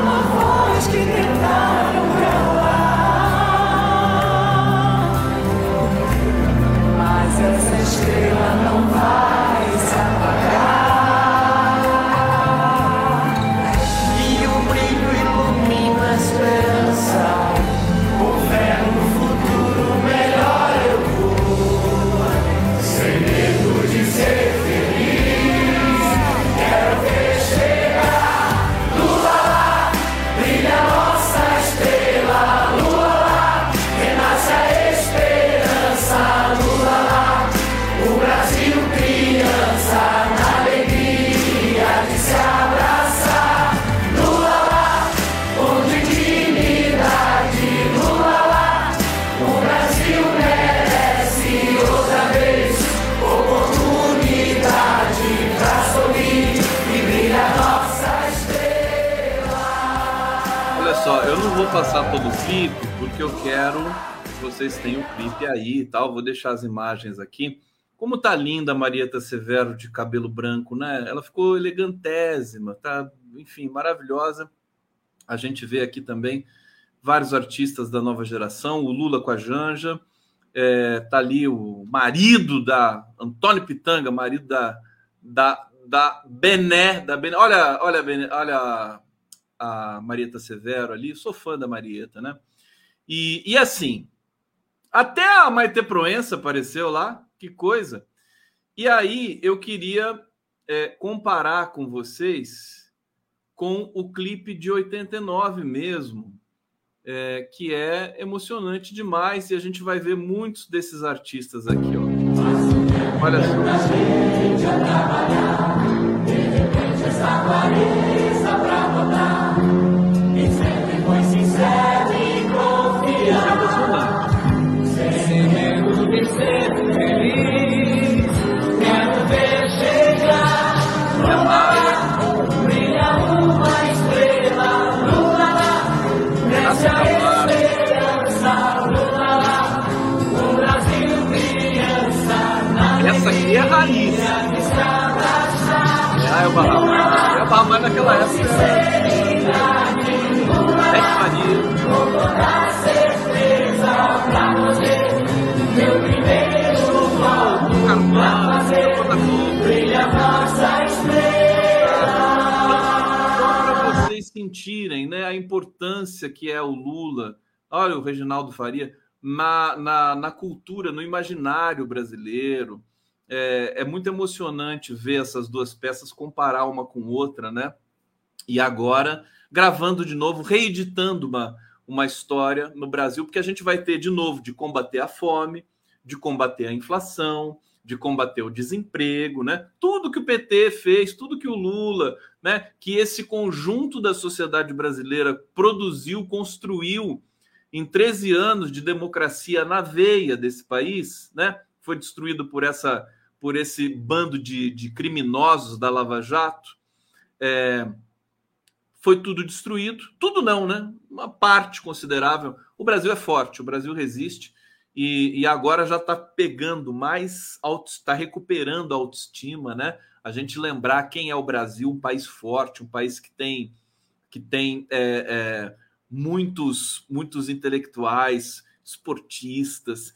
passar todo o clipe, porque eu quero que vocês tenham o clipe aí e tal. Vou deixar as imagens aqui. Como tá linda a Marieta Severo de cabelo branco, né? Ela ficou elegantésima, tá? Enfim, maravilhosa. A gente vê aqui também vários artistas da nova geração, o Lula com a Janja, tá ali o marido da Antônio Pitanga, marido da Bené, olha a Marieta Severo ali, sou fã da Marieta, né? E assim, até a Maitê Proença apareceu lá, que coisa. E aí eu queria comparar com vocês com o clipe de 89 mesmo, que é emocionante demais, e a gente vai ver muitos desses artistas aqui, ó. Olha só. De repente essa Clarissa pra botar, e sempre foi sincero e confiante. Sem medo de ser feliz, quero ver chegar. Brilha uma estrela, lula lá, desce a esperança, lula lá, o Brasil criança. Essa aqui é a raiz. É o Bahamar naquela época. Com toda certeza pra você, meu primeiro voto pra fazer brilha nossa estrela. Só para vocês sentirem, né, a importância que é o Lula. Olha o Reginaldo Faria na cultura, no imaginário brasileiro. É muito emocionante ver essas duas peças, comparar uma com outra, né? E agora, gravando de novo, reeditando uma história no Brasil, porque a gente vai ter de novo de combater a fome, de combater a inflação, de combater o desemprego, né? Tudo que o PT fez, tudo que o Lula, né? Que esse conjunto da sociedade brasileira produziu, construiu em 13 anos de democracia na veia desse país, né? Foi destruído por esse bando de criminosos da Lava Jato. Foi tudo destruído. Tudo não, né? Uma parte considerável. O Brasil é forte, o Brasil resiste, e agora já está pegando mais, está recuperando a autoestima, né? A gente lembrar quem é o Brasil, um país forte, um país que tem muitos intelectuais, esportistas,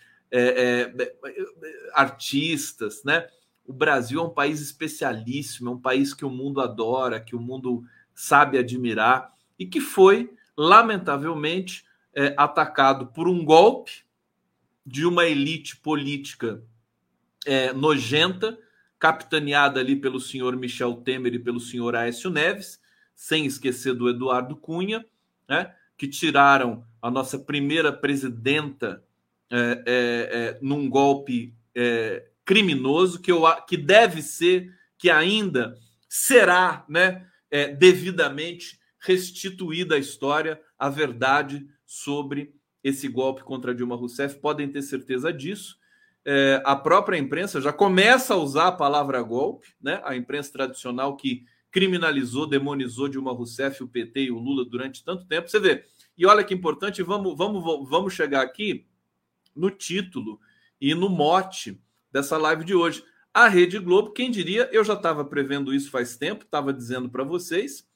artistas, né? O Brasil é um país especialíssimo, é um país que o mundo adora, que o mundo sabe admirar, e que foi, lamentavelmente, atacado por um golpe de uma elite política nojenta, capitaneada ali pelo senhor Michel Temer e pelo senhor Aécio Neves, sem esquecer do Eduardo Cunha, né? Que tiraram a nossa primeira presidenta num golpe criminoso, que deve ser, que ainda será, né, devidamente restituída à história, a verdade sobre esse golpe contra Dilma Rousseff. Podem ter certeza disso. A própria imprensa já começa a usar a palavra golpe, né? A imprensa tradicional que criminalizou, demonizou Dilma Rousseff, o PT e o Lula durante tanto tempo. Você vê. E olha que importante, vamos chegar aqui no título e no mote dessa live de hoje. A Rede Globo, quem diria, eu já estava prevendo isso faz tempo, estava dizendo para vocês,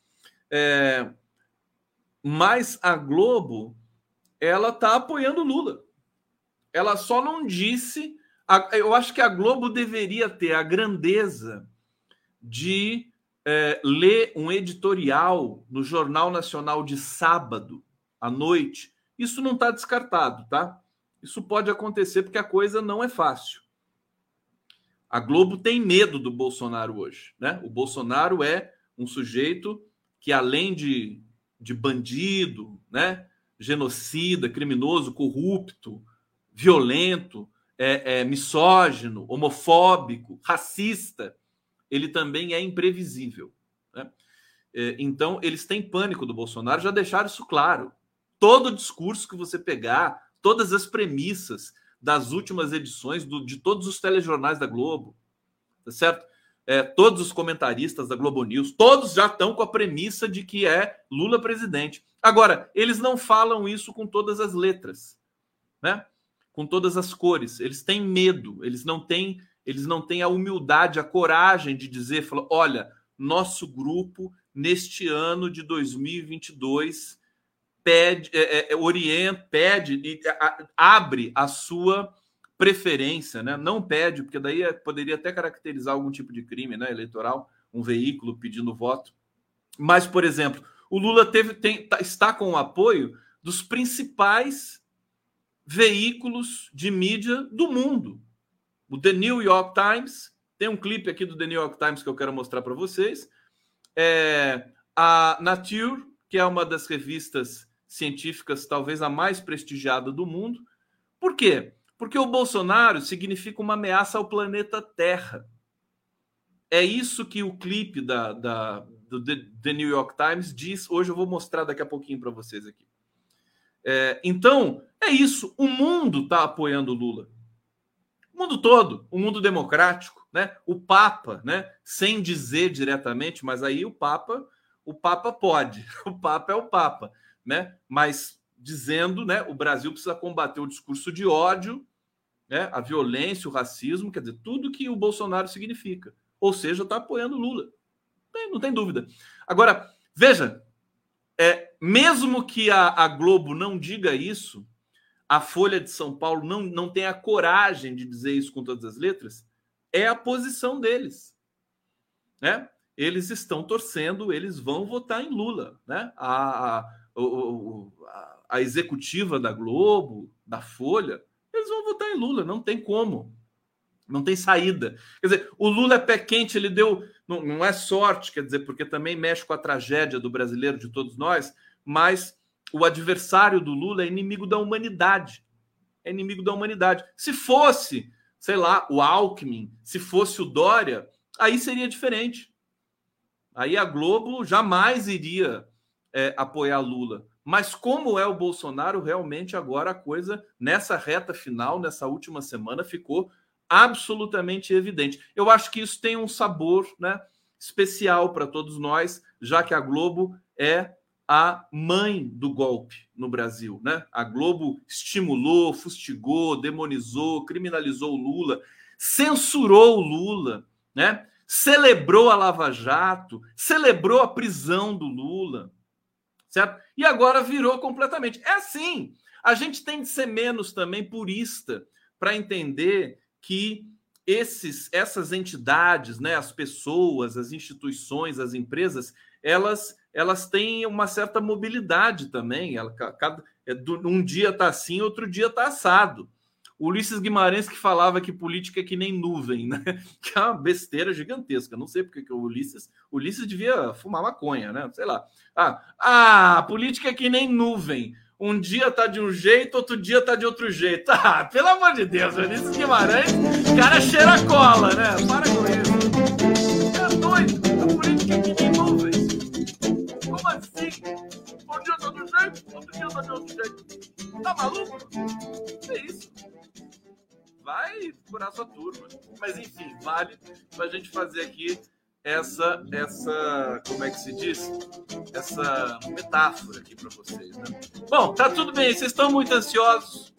mas a Globo, ela está apoiando o Lula. Ela só não disse... Eu acho que a Globo deveria ter a grandeza de ler um editorial no Jornal Nacional de sábado à noite. Isso não está descartado, tá? Isso pode acontecer porque a coisa não é fácil. A Globo tem medo do Bolsonaro hoje, né? O Bolsonaro é um sujeito que, além de bandido, né, genocida, criminoso, corrupto, violento, misógino, homofóbico, racista, ele também é imprevisível, né? Então, eles têm pânico do Bolsonaro, já deixaram isso claro. Todo o discurso que você pegar, todas as premissas das últimas edições de todos os telejornais da Globo, tá certo? todos os comentaristas da Globo News, todos já estão com a premissa de que é Lula presidente. Agora, eles não falam isso com todas as letras, né? Com todas as cores. Eles têm medo, eles não têm a humildade, a coragem de dizer, olha, nosso grupo, neste ano de 2022, abre a sua preferência, né? Não pede, porque daí poderia até caracterizar algum tipo de crime, né, eleitoral, um veículo pedindo voto. Mas, por exemplo, o Lula está com o apoio dos principais veículos de mídia do mundo. O The New York Times, tem um clipe aqui do The New York Times que eu quero mostrar para vocês. A Nature, que é uma das revistas científicas talvez a mais prestigiada do mundo. Por quê? Porque o Bolsonaro significa uma ameaça ao planeta Terra. É isso que o clipe do The New York Times diz. Hoje eu vou mostrar daqui a pouquinho para vocês aqui. Então, é isso. O mundo está apoiando o Lula. O mundo todo. O mundo democrático, né? O Papa, né? Sem dizer diretamente, mas aí o Papa pode. O Papa é o Papa, né? Mas dizendo, né? O Brasil precisa combater o discurso de ódio, né? A violência, o racismo, quer dizer, tudo que o Bolsonaro significa. Ou seja, está apoiando o Lula. Não tem dúvida. Agora, veja, mesmo que a Globo não diga isso, a Folha de São Paulo não tem a coragem de dizer isso com todas as letras, é a posição deles, né? Eles estão torcendo, eles vão votar em Lula, né? A executiva da Globo, da Folha, eles vão votar em Lula, não tem como. Não tem saída. Quer dizer, o Lula é pé quente, ele deu... Não é sorte, quer dizer, porque também mexe com a tragédia do brasileiro, de todos nós, mas o adversário do Lula é inimigo da humanidade. É inimigo da humanidade. Se fosse, sei lá, o Alckmin, se fosse o Dória, aí seria diferente. Aí a Globo jamais iria apoiar Lula. Mas como é o Bolsonaro, realmente agora a coisa, nessa reta final, nessa última semana, ficou absolutamente evidente. Eu acho que isso tem um sabor, né, especial para todos nós, já que a Globo é a mãe do golpe no Brasil, né? A Globo estimulou, fustigou, demonizou, criminalizou o Lula, censurou o Lula, né? Celebrou a Lava Jato, celebrou a prisão do Lula, certo? E agora virou completamente. É assim, a gente tem de ser menos também purista para entender que essas entidades, né, as pessoas, as instituições, as empresas, elas têm uma certa mobilidade também. Um dia está assim, outro dia está assado. O Ulisses Guimarães que falava que política é que nem nuvem, né? Que é uma besteira gigantesca. Não sei porque que o Ulisses devia fumar maconha, né? Sei lá. Política é que nem nuvem. Um dia tá de um jeito, outro dia tá de outro jeito. Pelo amor de Deus, Ulisses Guimarães, cara cheira a cola, né? Para com isso. É doido. A política é que nem nuvem. Como assim? Um dia tá de um jeito, outro dia tá de outro jeito. Tá maluco? É isso. Vai curar sua turma. Mas enfim, vale pra gente fazer aqui essa como é que se diz? Essa metáfora aqui para vocês, né? Bom, tá tudo bem. Vocês estão muito ansiosos?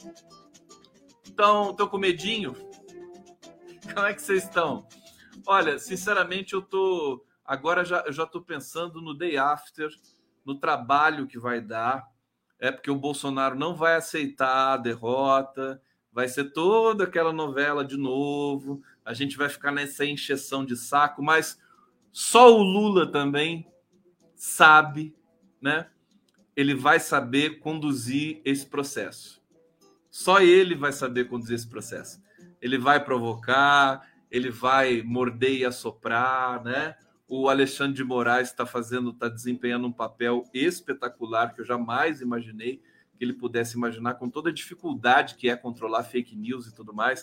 Estão com medinho? Como é que vocês estão? Olha, sinceramente, agora eu já estou pensando no day after, no trabalho que vai dar. Porque o Bolsonaro não vai aceitar a derrota, vai ser toda aquela novela de novo, a gente vai ficar nessa encheção de saco, mas só o Lula também sabe, né? Ele vai saber conduzir esse processo. Só ele vai saber conduzir esse processo. Ele vai provocar, ele vai morder e assoprar, né? O Alexandre de Moraes está desempenhando um papel espetacular que eu jamais imaginei que ele pudesse imaginar, com toda a dificuldade que é controlar fake news e tudo mais.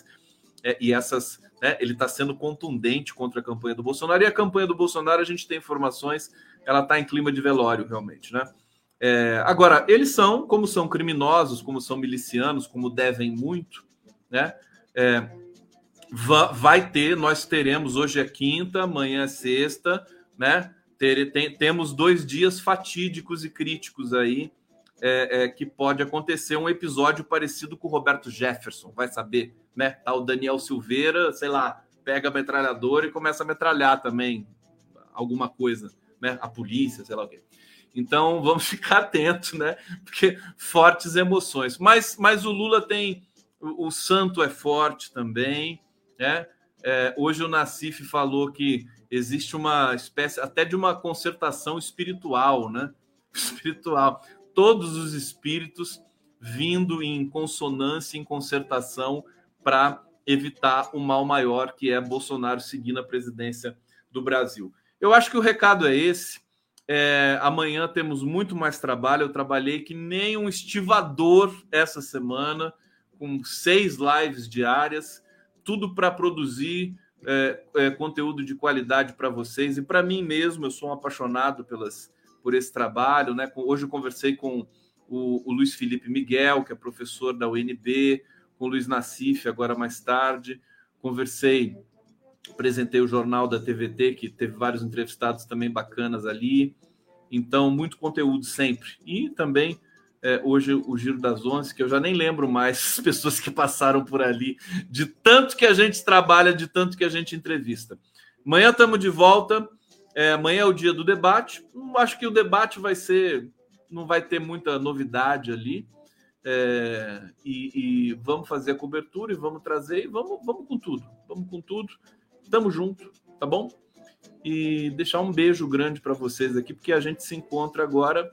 Ele está sendo contundente contra a campanha do Bolsonaro, e a campanha do Bolsonaro, a gente tem informações, ela está em clima de velório, realmente, né? Agora, eles como são criminosos, como são milicianos, como devem muito, né? Vai ter, nós teremos, hoje é quinta, amanhã é sexta, né? Temos 2 dias fatídicos e críticos aí, que pode acontecer um episódio parecido com o Roberto Jefferson, vai saber, né? Tá o Daniel Silveira, sei lá, pega a metralhadora e começa a metralhar também alguma coisa, né? A polícia, sei lá o quê. Então vamos ficar atentos, né? Porque fortes emoções. Mas o Lula tem, o santo é forte também, né? Hoje o Nassif falou que existe uma espécie até de uma concertação espiritual, né? Espiritual. Todos os espíritos vindo em consonância, em concertação, para evitar o mal maior, que é Bolsonaro seguir na presidência do Brasil. Eu acho que o recado é esse. Amanhã temos muito mais trabalho. Eu trabalhei que nem um estivador essa semana, com 6 lives diárias, tudo para produzir conteúdo de qualidade para vocês e para mim mesmo. Eu sou um apaixonado por esse trabalho, né? Hoje eu conversei com o Luiz Felipe Miguel, que é professor da UNB, com o Luiz Nassif, agora mais tarde. Apresentei o Jornal da TVT, que teve vários entrevistados também bacanas ali. Então, muito conteúdo sempre. E também, hoje, o Giro das 11, que eu já nem lembro mais as pessoas que passaram por ali, de tanto que a gente trabalha, de tanto que a gente entrevista. Amanhã estamos de volta. Amanhã é o dia do debate. Acho que o debate não vai ter muita novidade ali. E vamos fazer a cobertura e vamos trazer, e vamos com tudo. Vamos com tudo. Tamo junto, tá bom? E deixar um beijo grande para vocês aqui, porque a gente se encontra agora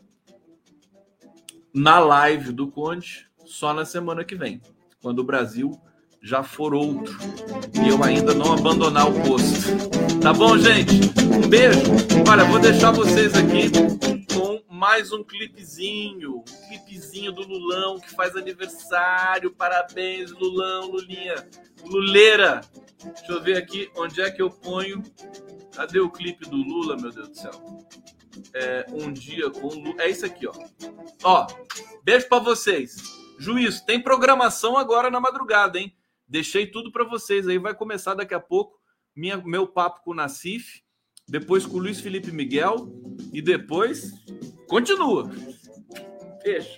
na live do Conde só na semana que vem, quando o Brasil já for outro e eu ainda não abandonar o posto. Tá bom, gente? Um beijo. Olha, vou deixar vocês aqui com mais um clipezinho do Lulão, que faz aniversário. Parabéns, Lulão, Lulinha, Luleira. Deixa eu ver aqui onde é que eu ponho. Cadê o clipe do Lula, meu Deus do céu? Um dia com o Lula. É isso aqui, ó. Beijo pra vocês. Juízo, tem programação agora na madrugada, hein? Deixei tudo pra vocês aí. Vai começar daqui a pouco meu papo com o Nassif, depois com o Luiz Felipe Miguel e depois continua. Beijo.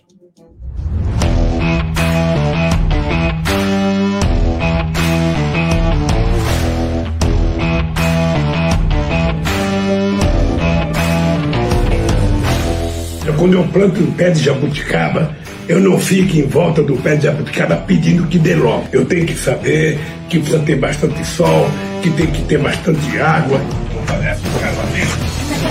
Quando eu planto um pé de jabuticaba, eu não fico em volta do pé de jabuticaba pedindo que dê logo. Eu tenho que saber que precisa ter bastante sol, que tem que ter bastante água. Não parece um casamento.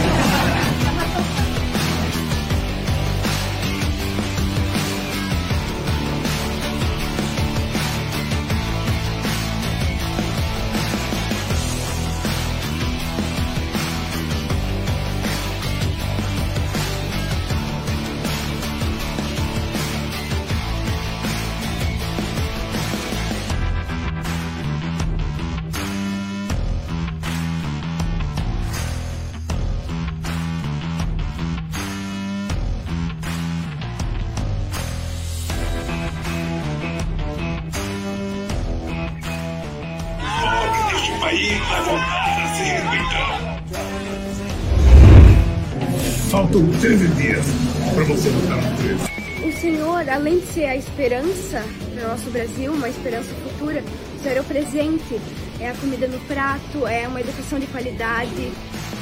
Faltam 13 dias para você votar no preso. O Senhor, além de ser a esperança para o nosso Brasil, uma esperança futura, o Senhor é o presente, é a comida no prato, é uma educação de qualidade,